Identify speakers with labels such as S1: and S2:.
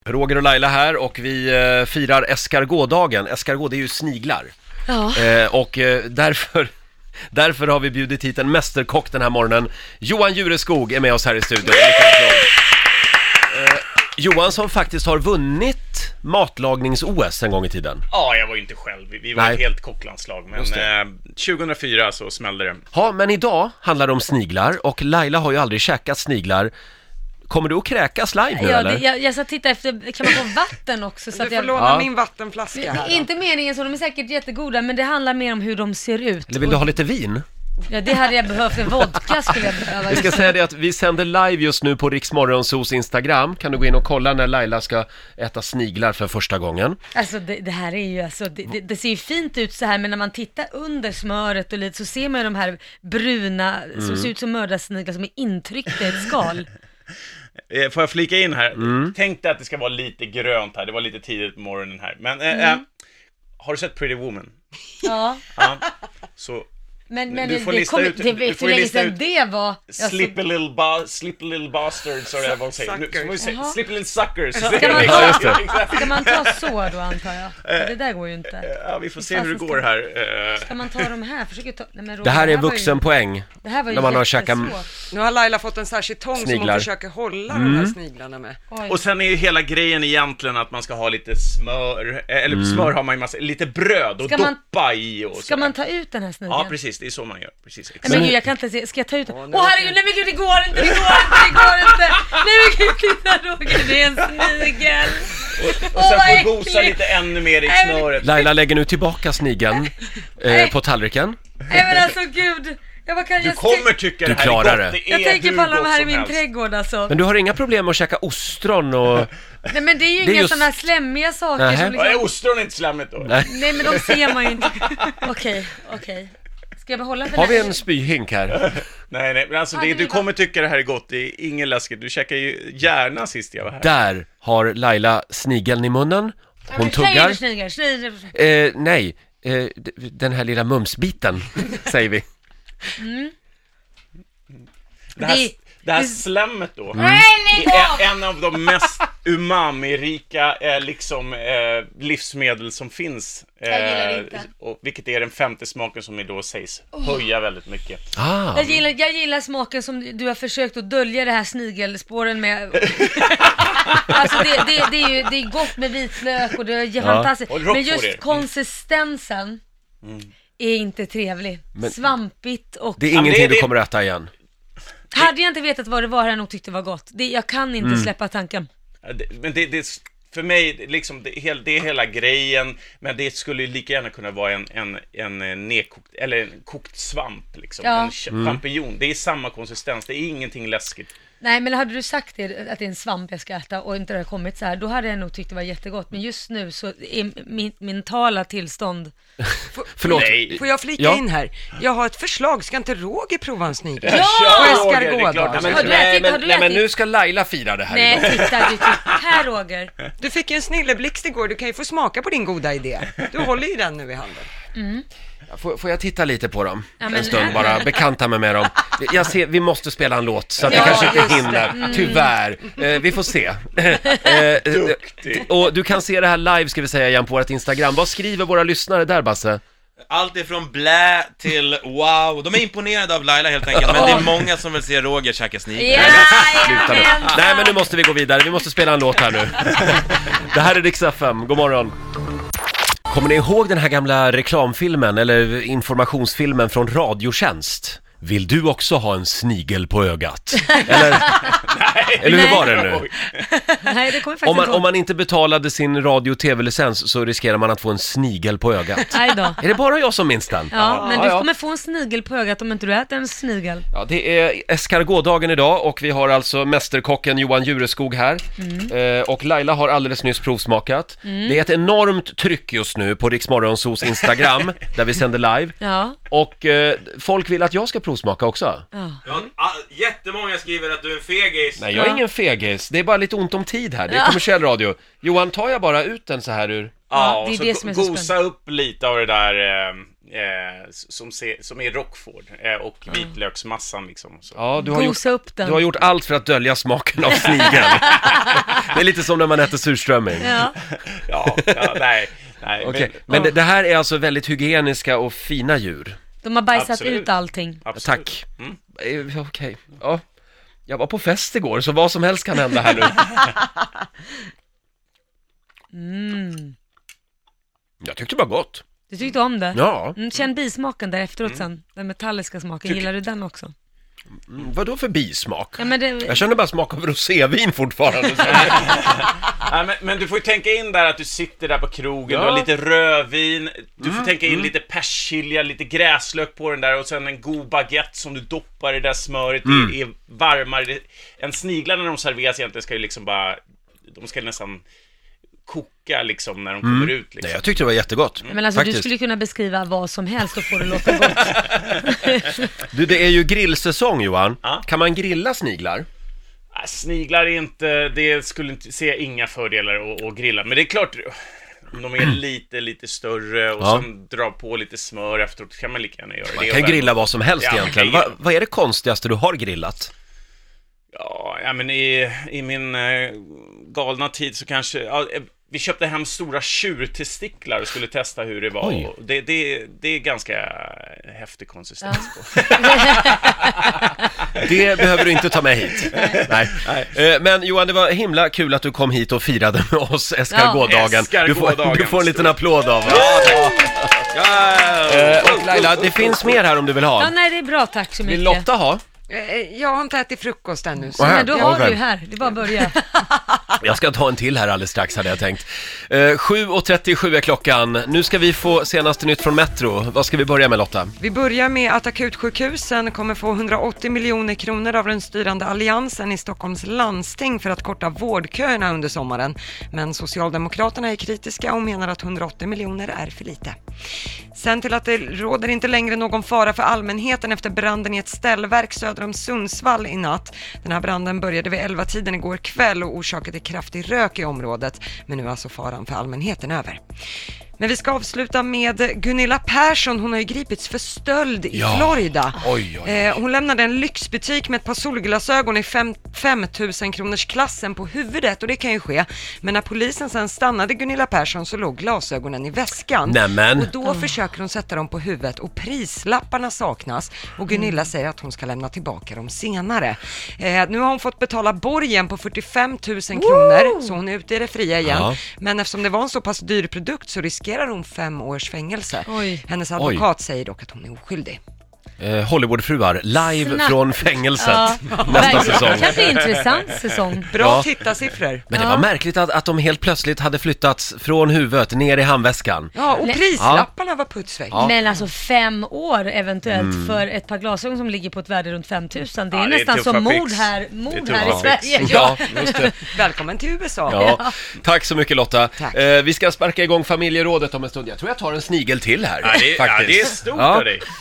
S1: Roger och Laila här och vi firar escargotdagen. Escargot, det är ju sniglar.
S2: Ja.
S1: Och därför har vi bjudit hit en mästerkock den här morgonen. Johan Jureskog är med oss här i studion. Johan som faktiskt har vunnit matlagnings-OS en gång i tiden.
S3: Ja, jag var ju inte själv. Vi var ett helt kocklandslag. Men 2004 så smällde det.
S1: Ja, men idag handlar det om sniglar. Och Laila har ju aldrig käkat sniglar. Kommer du att kräkas live nu eller?
S2: Jag ska titta efter, kan man få vatten också? Så
S4: du får låna min vattenflaska här.
S2: Inte meningen så, de är säkert jättegoda, men det handlar mer om hur de ser ut.
S1: Eller vill du ha lite vin?
S2: Ja, det hade jag behövt, en vodka skulle jag behöva.
S1: Vi ska säga det att vi sänder live just nu på Rix Morgonzos Instagram. Kan du gå in och kolla när Laila ska äta sniglar för första gången?
S2: Alltså det här är ju, alltså, det ser ju fint ut så här, men när man tittar under smöret och lite så ser man ju de här bruna, som ser ut som mördarsniglar som är intryckta i ett skal.
S3: Får jag flika in här? Tänkte att det ska vara lite grönt här. Det var lite tidigt på morgonen här. Men har du sett Pretty Woman?
S2: Ja.
S3: Så
S2: men
S3: du får lista ut.
S2: Du får lista ut det var
S3: Slip a little bastards eller vad säger nu får vi säga slip a little suckers.
S2: Ska man ta så då antar jag? Det där går ju inte.
S3: Ja, vi får se hur det går här.
S2: Ska man ta de här? Försöker ta... Nej, men Roger,
S1: det här är vuxenpoäng.
S2: Det här var ju
S1: när man har käkat.
S4: Nu har Laila fått en särskild tång sniglar som hon försöker hålla de här sniglarna med.
S3: Och sen är ju hela grejen egentligen att man ska ha lite smör. Eller smör har man ju massa, lite bröd och doppa i och
S2: ska man ta ut den här snigeln?
S3: Ja, precis. Det är så man gör. Precis,
S2: men gud, jag kan inte se. Ska jag ta ut den? Herregud, nej men gud, det går inte. Nej men gud, titta Roger, det är en snigel.
S3: Och sen får gosa lite ännu mer i smöret.
S1: Laila lägger nu tillbaka snigeln på tallriken.
S2: Nej men alltså gud.
S3: Du kommer tycka
S1: det här är gott.
S2: Jag tänker på alla de här i min trädgård alltså.
S1: Men du har inga problem med att käka ostron och...
S2: Nej men det är ju inga sådana här slämmiga saker som liksom...
S3: Är ostron inte slämmigt då?
S2: Nej men de ser man ju inte. Okej. Ska jag behålla för
S1: har vi en spyhink här?
S3: Nej, men alltså du kommer tycka det här är gott. Det är ingen läskigt. Du käkar ju gärna sist jag var här.
S1: Där har Laila snigeln i munnen. Hon tuggar. Nej, den här lilla mumsbiten säger vi.
S3: Det här slemmet då är en av de mest umami-rika livsmedel som finns. Och vilket är den femte smaken som då sägs höja väldigt mycket.
S2: Jag gillar smaken som du har försökt att dölja det här snigelspåren med. Alltså det är gott med vitlök och det är fantastiskt. Men just konsistensen är inte trevlig. Svampigt och...
S1: Det är ingenting du kommer äta igen.
S2: Hade jag inte vetat vad det var, hade jag nog tyckt det var gott. Jag kan inte släppa tanken.
S3: Men det för mig liksom det är hela grejen, men det skulle ju lika gärna kunna vara en nedkokt eller en kokt svamp liksom, en champignon. Det är samma konsistens, det är ingenting läskigt. Nej,
S2: men hade du sagt det, att det är en svamp jag ska äta och inte det har kommit så här, då hade jag nog tyckt det var jättegott. Men just nu så är min mentala tillstånd...
S1: Förlåt.
S4: Får jag flika in här? Jag har ett förslag, ska inte Roger prova en snigel?
S1: Nej, men nu ska Laila fira det här.
S2: Nej, titta, här Roger.
S4: Du fick ju en snilleblixt igår, du kan ju få smaka på din goda idé. Du håller ju den nu i handen.
S1: Får jag titta lite på dem en stund, bara bekanta mig med dem. Jag ser, vi måste spela en låt så att jag kanske inte hinner, tyvärr. Vi får se. Och du kan se det här live, ska vi säga igen, på vårt Instagram. Vad skriver våra lyssnare där, Basse?
S5: Allt ifrån blä till wow. De är imponerade av Laila helt enkelt. Men det är många som vill se Roger käka snigel.
S1: Nej, men nu måste vi gå vidare. Vi måste spela en låt här nu. Det här är Rix FM, god morgon. Kommer ni ihåg den här gamla reklamfilmen eller informationsfilmen från Radiotjänst? Vill du också ha en snigel på ögat? Eller hur var det nu?
S2: Nej, det kommer faktiskt
S1: om man inte betalade sin radio- och tv-licens så riskerar man att få en snigel på ögat.
S2: Nej då.
S1: Är det bara jag som minns den?
S2: Ja, men du kommer få en snigel på ögat om inte du äter en snigel.
S1: Ja, det är escargotdagen idag och vi har alltså mästerkocken Johan Jureskog här. Och Laila har alldeles nyss provsmakat. Det är ett enormt tryck just nu på Rix Morgonzos Instagram där vi sänder live.
S2: Ja.
S1: Och folk vill att jag ska provsmaka också.
S5: Jättemånga skriver att du är fegis.
S1: Nej, jag är ingen fegis. Det är bara lite ont om tid här. Det är kommersiell radio. Johan, tar jag bara ut den så här ur...
S3: Ja, det är det som är så
S5: gosa upp lite av det där
S3: som är Roquefort och vitlöksmassan liksom. Så.
S1: Ja,
S2: Gosa upp den.
S1: Du har gjort allt för att dölja smaken av snigel. Det är lite som när man äter surströmming.
S2: Ja.
S3: Nej.
S1: Okay. Men det här är alltså väldigt hygieniska och fina djur.
S2: De har bajsat
S3: Absolut.
S2: ut allting.
S3: Absolut.
S1: Tack. Okej. Ja. Jag var på fest igår, så vad som helst kan hända här nu. Jag tyckte det var gott.
S2: Du tyckte om det?
S1: Ja.
S2: Känn bismaken där efteråt sen. Den metalliska smaken. Gillar du den också?
S1: Vadå för bismak?
S2: Ja, men
S1: Jag känner bara smak av rosévin fortfarande.
S3: Men du får ju tänka in där att du sitter där på krogen, du har lite rödvin, du får tänka in lite persilja, lite gräslök på den där och sen en god baguette som du doppar i det där smöret är varmare. En snigla när de serveras egentligen ska ju liksom bara, de ska nästan koka liksom när de kommer ut liksom.
S1: Nej, jag tyckte det var jättegott.
S2: Men alltså du skulle kunna beskriva vad som helst och få det låta gott.
S1: Du, det är ju grillsäsong, Johan.
S3: Ja.
S1: Kan man grilla sniglar?
S3: Sniglar är inte, det skulle inte se inga fördelar att grilla. Men det är klart, om de är lite större och sen dra på lite smör efteråt, kan man lika gärna göra det.
S1: Man kan grilla vad som helst egentligen. Vad är det konstigaste du har grillat?
S3: Ja, men i min galna tid så kanske... vi köpte hem stora tjurtestiklar och skulle testa hur det var. Och det är ganska häftig konsistens på.
S1: Det behöver du inte ta med hit. Nej. Men Johan, det var himla kul att du kom hit och firade med oss Escargotdagen. Du får en liten applåd av oss. Och Laila, det finns mer här om du vill ha.
S2: Ja, nej, det är bra, tack så mycket.
S1: Vill Lotta ha?
S4: Jag har inte ätit frukost ännu.
S2: Så men då har du ju här, det är bara att börja.
S1: Jag ska ta en till här alldeles strax, hade jag tänkt. 7:37 är klockan. Nu ska vi få senaste nytt från Metro. Vad ska vi börja med, Lotta?
S4: Vi börjar med att akutsjukhusen kommer få 180 miljoner kronor av den styrande alliansen i Stockholms landsting för att korta vårdköerna under sommaren. Men Socialdemokraterna är kritiska och menar att 180 miljoner är för lite. Sen till att det råder inte längre någon fara för allmänheten efter branden i ett ställverk söder om Sundsvall i natt. Den här branden började vid 11-tiden igår kväll och orsakade kraftig rök i området, men nu är alltså faran för allmänheten över. Men vi ska avsluta med Gunilla Persson. Hon har ju gripits för stöld i Florida. Hon lämnade en lyxbutik med ett par solglasögon i 5 000 kronors klassen på huvudet, och det kan ju ske. Men när polisen sen stannade Gunilla Persson så låg glasögonen i väskan.
S1: Nämen.
S4: Och då försöker hon sätta dem på huvudet och prislapparna saknas. Och Gunilla säger att hon ska lämna tillbaka dem senare. Nu har hon fått betala borgen på 45 000 kronor, så hon är ute i det fria igen. Ja. Men eftersom det var en så pass dyr produkt så riskerar hon 5 års fängelse. Hennes advokat säger dock att hon är oskyldig.
S1: Hollywoodfruar live från fängelset nästa säsong.
S2: Det kan bli en intressant säsong.
S4: Bra tittarsiffror.
S1: Men det var märkligt att de helt plötsligt hade flyttats från huvudet ner i handväskan.
S4: Ja, och prislapparna var putsväck.
S2: Men alltså 5 år eventuellt för ett par glasögon som ligger på ett värde runt 5 000. Det är nästan som mord här i Sverige.
S1: Ja, just det.
S4: Välkommen till USA.
S1: Ja. Tack så mycket, Lotta. Vi ska sparka igång familjerådet om en stund. Jag tror jag tar en snigel till här.
S3: Det är stort av dig.